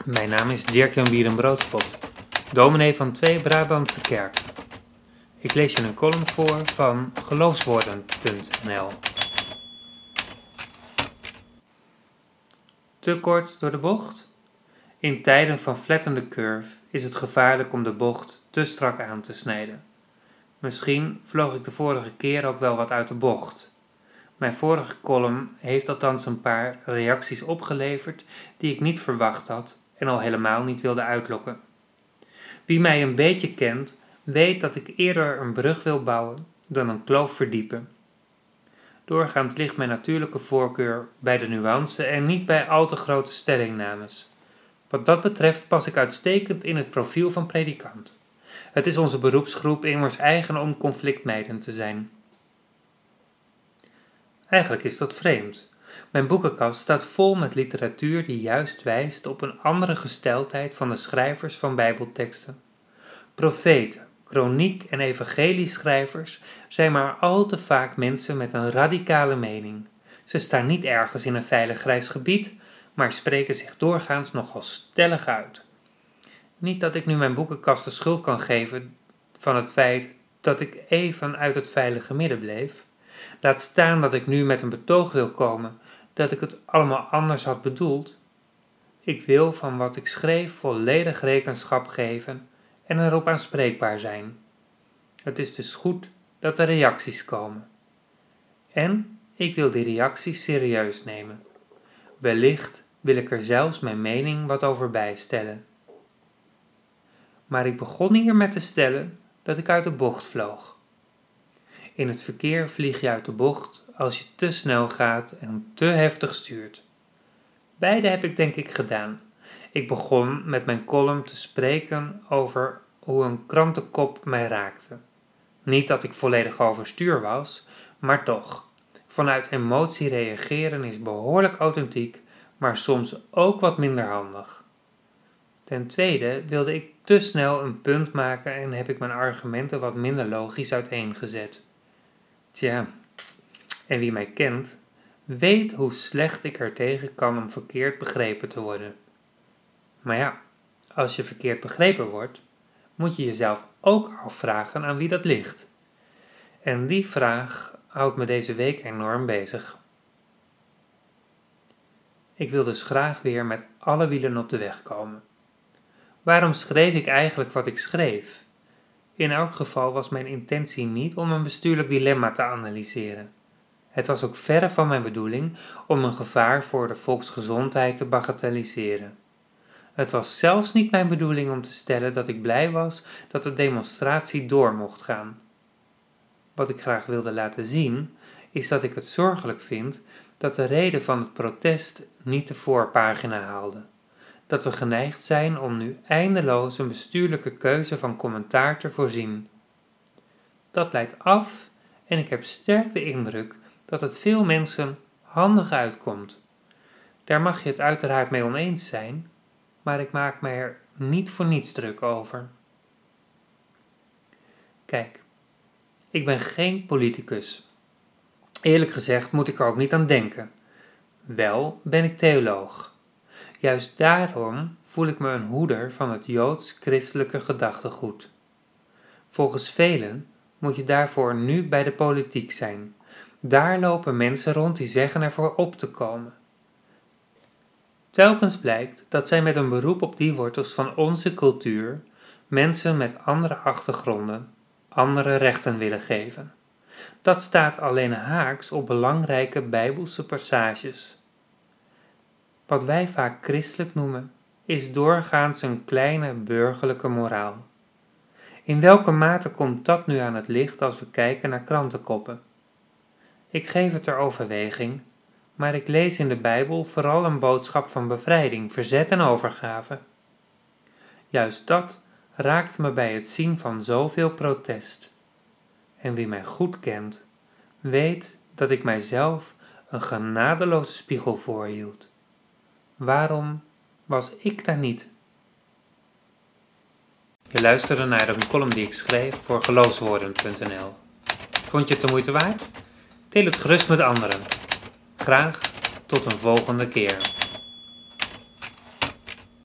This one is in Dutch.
Mijn naam is Dirk-Jan Bierenbroodspot, dominee van 2 Brabantse kerk. Ik lees je een column voor van geloofswoorden.nl. Te kort door de bocht? In tijden van flattende curve is het gevaarlijk om de bocht te strak aan te snijden. Misschien vloog ik de vorige keer ook wel wat uit de bocht. Mijn vorige column heeft althans een paar reacties opgeleverd die ik niet verwacht had en al helemaal niet wilde uitlokken. Wie mij een beetje kent, weet dat ik eerder een brug wil bouwen dan een kloof verdiepen. Doorgaans ligt mijn natuurlijke voorkeur bij de nuance en niet bij al te grote stellingnames. Wat dat betreft pas ik uitstekend in het profiel van predikant. Het is onze beroepsgroep immers eigen om conflictmijdend te zijn. Eigenlijk is dat vreemd. Mijn boekenkast staat vol met literatuur die juist wijst op een andere gesteldheid van de schrijvers van bijbelteksten. Profeten, kroniek- en evangelieschrijvers zijn maar al te vaak mensen met een radicale mening. Ze staan niet ergens in een veilig grijs gebied, maar spreken zich doorgaans nogal stellig uit. Niet dat ik nu mijn boekenkast de schuld kan geven van het feit dat ik even uit het veilige midden bleef. Laat staan dat ik nu met een betoog wil komen dat ik het allemaal anders had bedoeld. Ik wil van wat ik schreef volledig rekenschap geven en erop aanspreekbaar zijn. Het is dus goed dat er reacties komen. En ik wil die reacties serieus nemen. Wellicht wil ik er zelfs mijn mening wat over bijstellen. Maar ik begon hier met te stellen dat ik uit de bocht vloog. In het verkeer vlieg je uit de bocht als je te snel gaat en te heftig stuurt. Beide heb ik denk ik gedaan. Ik begon met mijn column te spreken over hoe een krantenkop mij raakte. Niet dat ik volledig overstuur was, maar toch. Vanuit emotie reageren is behoorlijk authentiek, maar soms ook wat minder handig. Ten tweede wilde ik te snel een punt maken en heb ik mijn argumenten wat minder logisch uiteengezet. Tja, en wie mij kent, weet hoe slecht ik er tegen kan om verkeerd begrepen te worden. Maar ja, als je verkeerd begrepen wordt, moet je jezelf ook afvragen aan wie dat ligt. En die vraag houdt me deze week enorm bezig. Ik wil dus graag weer met alle wielen op de weg komen. Waarom schreef ik eigenlijk wat ik schreef? In elk geval was mijn intentie niet om een bestuurlijk dilemma te analyseren. Het was ook verre van mijn bedoeling om een gevaar voor de volksgezondheid te bagatelliseren. Het was zelfs niet mijn bedoeling om te stellen dat ik blij was dat de demonstratie door mocht gaan. Wat ik graag wilde laten zien, is dat ik het zorgelijk vind dat de reden van het protest niet de voorpagina haalde. Dat we geneigd zijn om nu eindeloos een bestuurlijke keuze van commentaar te voorzien. Dat leidt af en ik heb sterk de indruk dat het veel mensen handig uitkomt. Daar mag je het uiteraard mee oneens zijn, maar ik maak me er niet voor niets druk over. Kijk, ik ben geen politicus. Eerlijk gezegd moet ik er ook niet aan denken. Wel ben ik theoloog. Juist daarom voel ik me een hoeder van het joods-christelijke gedachtegoed. Volgens velen moet je daarvoor nu bij de politiek zijn. Daar lopen mensen rond die zeggen ervoor op te komen. Telkens blijkt dat zij met een beroep op die wortels van onze cultuur mensen met andere achtergronden andere rechten willen geven. Dat staat alleen haaks op belangrijke bijbelse passages. Wat wij vaak christelijk noemen, is doorgaans een kleine burgerlijke moraal. In welke mate komt dat nu aan het licht als we kijken naar krantenkoppen? Ik geef het ter overweging, maar ik lees in de Bijbel vooral een boodschap van bevrijding, verzet en overgave. Juist dat raakt me bij het zien van zoveel protest. En wie mij goed kent, weet dat ik mijzelf een genadeloze spiegel voorhield. Waarom was ik daar niet? Je luisterde naar een column die ik schreef voor geloofswoorden.nl. Vond je het de moeite waard? Deel het gerust met anderen. Graag tot een volgende keer.